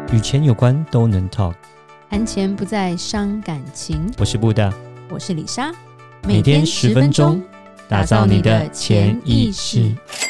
与钱有关都能 talk。 谈钱不再伤感情。 我是布大， 我是李莎， 每天10分钟，打造你的潜意识，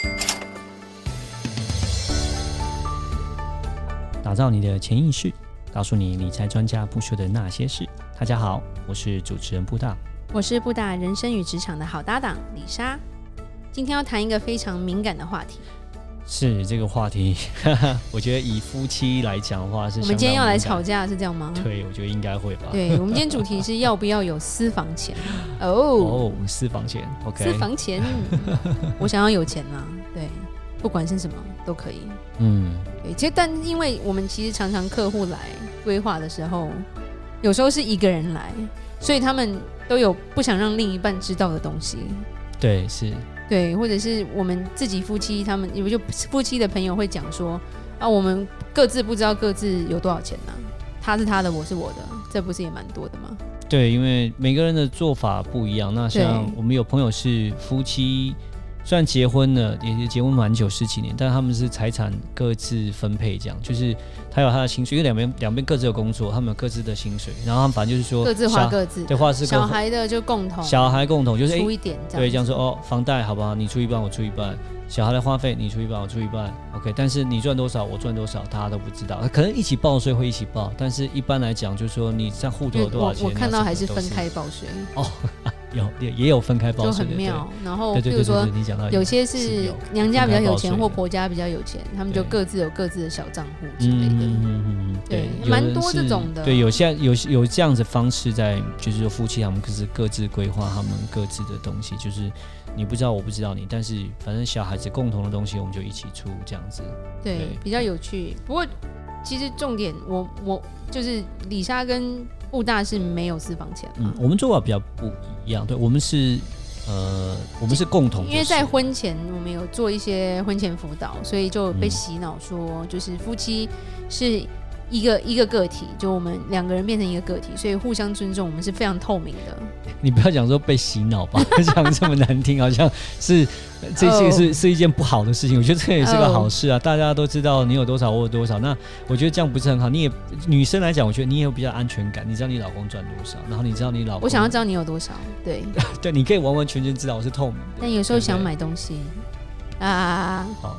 打造你的潜意识，告诉你理财专家不说的那些事。大家好，我是主持人布大， 我是布大人生与职场的好搭档李莎。今天要谈一个非常敏感的话题。 是这个话题我觉得以夫妻来讲的话是我们今天要来吵架是这样吗？ 对，我觉得应该会吧。 对，我们今天主题是要不要有私房钱哦， 私房钱 OK， 私房钱我想要有钱啊，对，不管是什么都可以。对，其实但因为我们其实常常客户来规划的时候，有时候是一个人来，所以他们都有不想让另一半知道的东西。 对，是， 对，或者是我们自己夫妻，他们就夫妻的朋友会讲说啊，我们各自不知道各自有多少钱啊，他是他的，我是我的，这不是也蛮多的吗？ 对，因为每个人的做法不一样。那像我们有朋友是夫妻，虽然结婚了，也结婚蛮久10几年，但他们是财产各自分配，这样就是他有他的薪水，因为两边各自有工作，他们有各自的薪水，然后他们反正就是说各自花各自的， 对，花是小孩的就共同， 小孩共同就是出一点这样， 对，这样说哦，房贷好不好？你出一半，我出一半。小孩的花费你出一半，我出一半 ，OK。但是你赚多少，我赚多少，大家都不知道。可能一起报税会一起报，但是一般来讲，就是说你在户头有多少钱， 我看到还是分开报税哦。 也有分开报税， 就很妙。然后比如说有些是娘家比较有钱或婆家比较有钱，他们就各自有各自的小账户之类的。对，蛮多这种的。 对，有这样子方式在，就是说夫妻他们各自规划他们各自的东西，就是你不知道我不知道你，但是反正小孩子共同的东西我们就一起出这样子。 对，比较有趣。不过其实重点，我就是李莎跟布大是没有私房钱嘛。 我们做法比较不一样。对，我们是共同， 因为在婚前我们有做一些婚前辅导，所以就被洗脑说，就是夫妻是一个个体，就我们两个人变成一个个体，所以互相尊重，我们是非常透明的。你不要讲说被洗脑吧，讲这么难听，好像是这些是一件不好的事情。我觉得这也是个好事啊，大家都知道你有多少，我有多少。那我觉得这样不是很好。你也女生来讲，我觉得你也有比较安全感，你知道你老公赚多少，然后你知道你老公， 我想要知道你有多少，对对，你可以完完全全知道，我是透明的。 但有时候想买东西啊，好。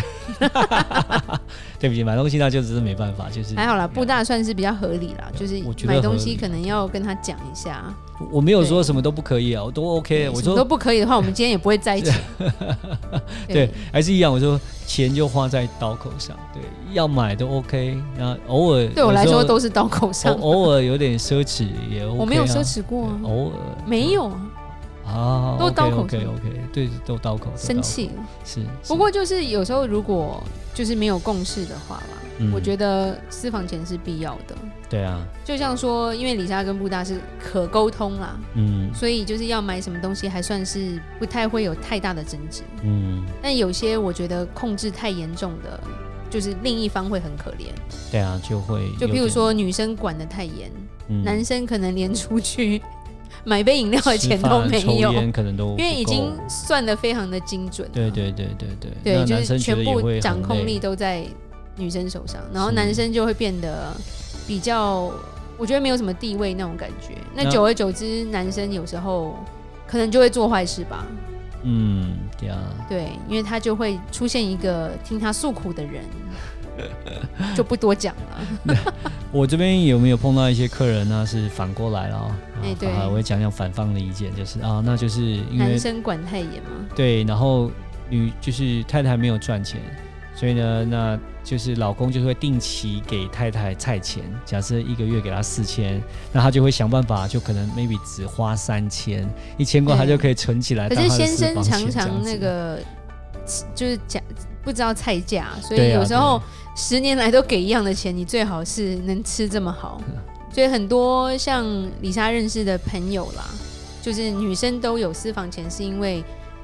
对不起，买东西那就只是没办法，就是还好啦，布大算是比较合理啦，就是买东西可能要跟他讲一下。 我没有说什么都不可以啊，我都 OK。我说什么都不可以的话，我们今天也不会在一起。 对，还是一样。我说钱就花在刀口上，对，要买都 OK。那偶尔对我来说都是刀口上， 偶尔有点奢侈也 OK 啊。 我没有奢侈过啊， 偶尔没有啊。都刀口上 OK， 对，都刀口。 生气是。 不过就是有时候如果就是没有共识的话啦，我觉得私房钱是必要的。 对啊， 就像说，因为李莎跟布大是可沟通啦，所以就是要买什么东西还算是不太会有太大的争执。但有些我觉得控制太严重的，就是另一方会很可怜。 对啊，就譬如说女生管得太严，男生可能连出去买杯饮料的钱都没有， 可能都因为已经算得非常的精准。 对， 就是全部掌控力都在女生手上，然后男生就会变得比较，我觉得没有什么地位那种感觉。那久而久之，男生有时候可能就会做坏事吧。 对啊， 对，因为他就会出现一个听他诉苦的人。就不多讲了。 我这边有没有碰到一些客人呢？是反过来了对， 我会讲讲反方的意见，就是那就是因为男生管太严嘛。 对，然后就是太太没有赚钱，所以呢，那就是老公就会定期给太太菜钱，假设1个月给他4000，那他就会想办法，就可能 maybe 只花3000，1000块他就可以存起来。 可是先生常常那个就是不知道菜价，所以有时候10年来都给一样的钱，你最好是能吃这么好。所以很多像李莎认识的朋友啦，就是女生都有私房钱，是因为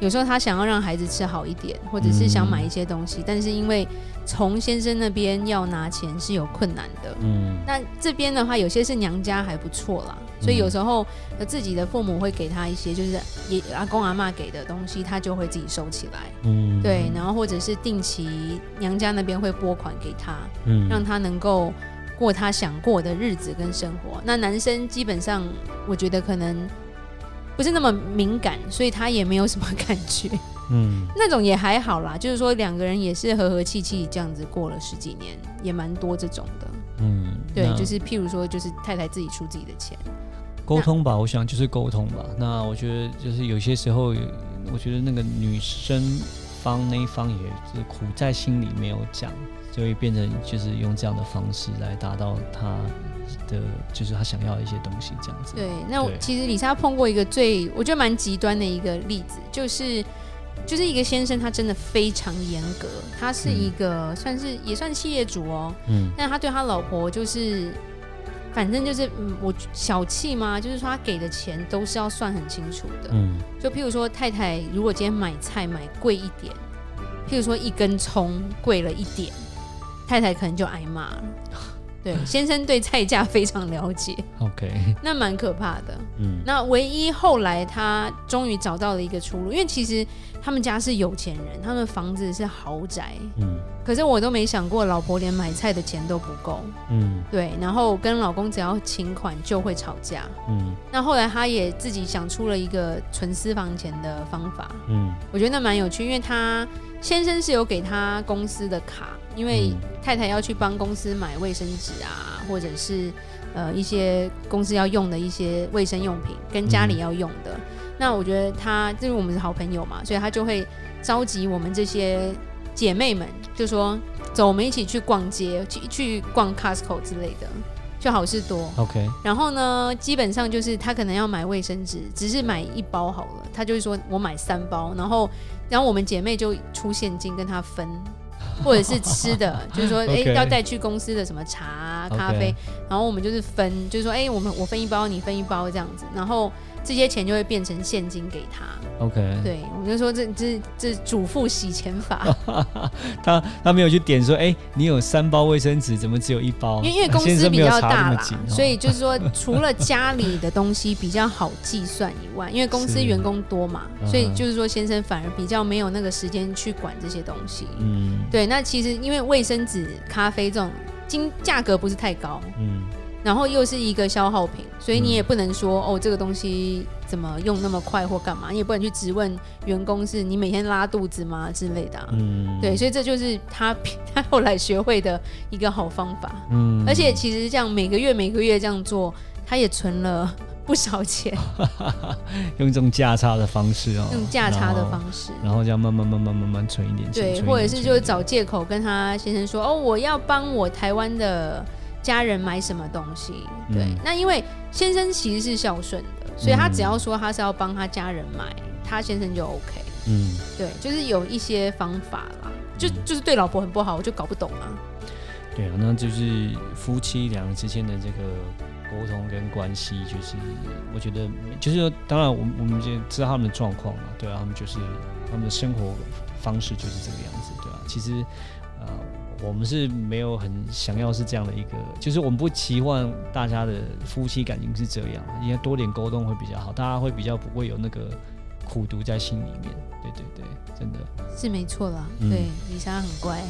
有时候他想要让孩子吃好一点，或者是想买一些东西，但是因为从先生那边要拿钱是有困难的。那这边的话，有些是娘家还不错啦，所以有时候自己的父母会给他一些，就是阿公阿嬷给的东西，他就会自己收起来。对，然后或者是定期娘家那边会拨款给他，让他能够过他想过的日子跟生活。那男生基本上，我觉得可能不是那么敏感，所以他也没有什么感觉。那种也还好啦，就是说2个人也是和和气气这样子过了10几年，也蛮多这种的。对，就是譬如说，就是太太自己出自己的钱， 沟通吧，我想就是沟通吧。那我觉得就是有些时候，我觉得那个女生方那一方也是苦在心里没有讲，所以变成就是用这样的方式来达到他的就是他想要的一些东西这样子。 对，那其实李莎碰过一个我觉得蛮极端的一个例子，就是一个先生，他真的非常严格，他是一个也算企业主哦，但他对他老婆就是反正就是我小气嘛，就是说他给的钱都是要算很清楚的。就譬如说太太如果今天买菜买贵一点，譬如说1根葱贵了1点，太太可能就挨骂了。对，先生对菜价非常了解。 OK， 那蛮可怕的。那唯一后来他终于找到了一个出路，因为其实他们家是有钱人，他们房子是豪宅。可是我都没想过，老婆连买菜的钱都不够。对，然后跟老公只要请款就会吵架。那后来他也自己想出了一个存私房钱的方法。我觉得那蛮有趣，因为他先生是有给他公司的卡，因为太太要去帮公司买卫生纸啊，或者是一些公司要用的一些卫生用品，跟家里要用的。那我觉得他就是我们是好朋友嘛，所以他就会召集我们这些姐妹们，就说走，我们一起去逛街，去逛 Costco 之类的，去好事多。 OK， 然后呢，基本上就是他可能要买卫生纸，只是买1包好了，他就会说我买3包，然后我们姐妹就出现金跟他分。或者是吃的，就是说，要带去公司的什么茶啊、咖啡，然后我们就是分，就是说，我分1包，你分1包这样子，然后这些钱就会变成现金给他。 OK， 对，我们就说这主妇洗钱法。 他没有去点说，你有3包卫生纸，怎么只有1包？ 因为公司比较大啦，所以就是说，除了家里的东西比较好计算以外，因为公司员工多嘛，所以就是说先生反而比较没有那个时间去管这些东西。对，那其实因为卫生纸、咖啡这种价格不是太高，然后又是一个消耗品，所以你也不能说这个东西怎么用那么快或干嘛，你也不能去质问员工是你每天拉肚子吗之类的。对，所以这就是他后来学会的一个好方法。而且其实这样每个月这样做，他也存了不少钱。 用这种价差的方式用价差的方式， 然后这样慢慢存一点钱。 对，或者是就找借口跟他先生说，我要帮我台湾的家人买什么东西。对，那因为先生其实是孝顺的，所以他只要说他是要帮他家人买，他先生就 OK。对，就是有一些方法啦，就是对老婆很不好，我就搞不懂啊。 对啊，那就是夫妻2人之间的这个沟通跟关系，就是我觉得就是说，当然我们就知道他们的状况嘛，对啊，他们就是他们的生活方式就是这个样子，对啊。其实我们是没有很想要是这样的一个，就是我们不期望大家的夫妻感情是这样，应该多点沟通会比较好，大家会比较不会有那个苦毒在心里面。对，真的是没错啦。对，李莎很乖。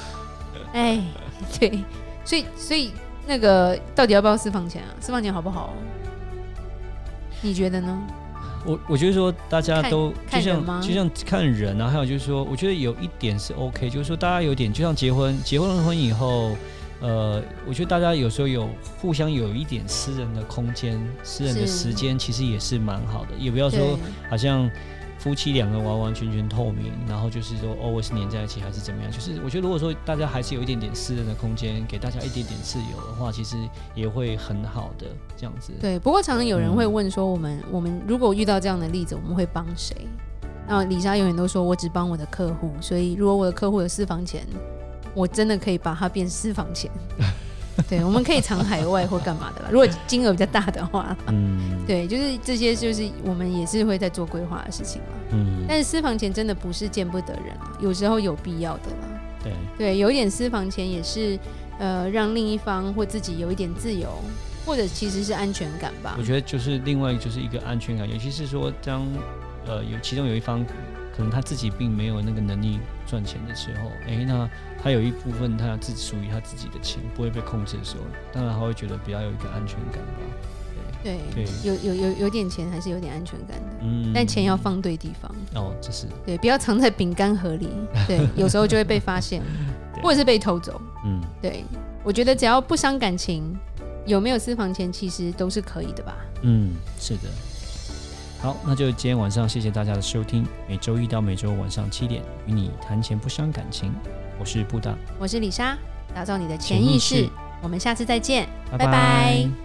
对，所以那个到底要不要私房钱啊？私房钱好不好？你觉得呢？ 我觉得说大家都就像看人啊，还有就是说，我觉得有一点是 OK， 就是说大家有点就像结婚了婚以后，我觉得大家有时候互相有一点私人的空间、私人的时间，其实也是蛮好的，也不要说好像夫妻2个完完全全透明，然后就是说always黏在一起还是怎么样。就是我觉得如果说大家还是有一点点私人的空间，给大家一点点自由的话，其实也会很好的这样子。 对，不过常常有人会问说，我们如果遇到这样的例子，我们会帮谁？然后李莎永远都说，我只帮我的客户，所以如果我的客户有私房钱，我真的可以把它变私房钱。 对，我们可以藏海外或干嘛的啦。如果金额比较大的话，对，就是这些就是我们也是会在做规划的事情嘛。但是私房钱真的不是见不得人啦，有时候有必要的啦。对，有一点私房钱也是让另一方或自己有一点自由，或者其实是安全感吧。 我觉得就是另外就是一个安全感，尤其是说当其中有一方可能他自己并没有那个能力赚钱的时候，那他有一部分他自己属于他自己的钱不会被控制的时候，当然他会觉得比较有一个安全感吧。 对，有点钱还是有点安全感的，但钱要放对地方。 这是对，不要藏在饼干盒里。对，有时候就会被发现，或者是被偷走。对，我觉得只要不伤感情，有没有私房钱其实都是可以的吧。 是的。好，那就今天晚上谢谢大家的收听，每周一到每周晚上7点与你谈钱不伤感情，我是布大， 我是李莎，打造你的潜意识，我们下次再见，拜拜。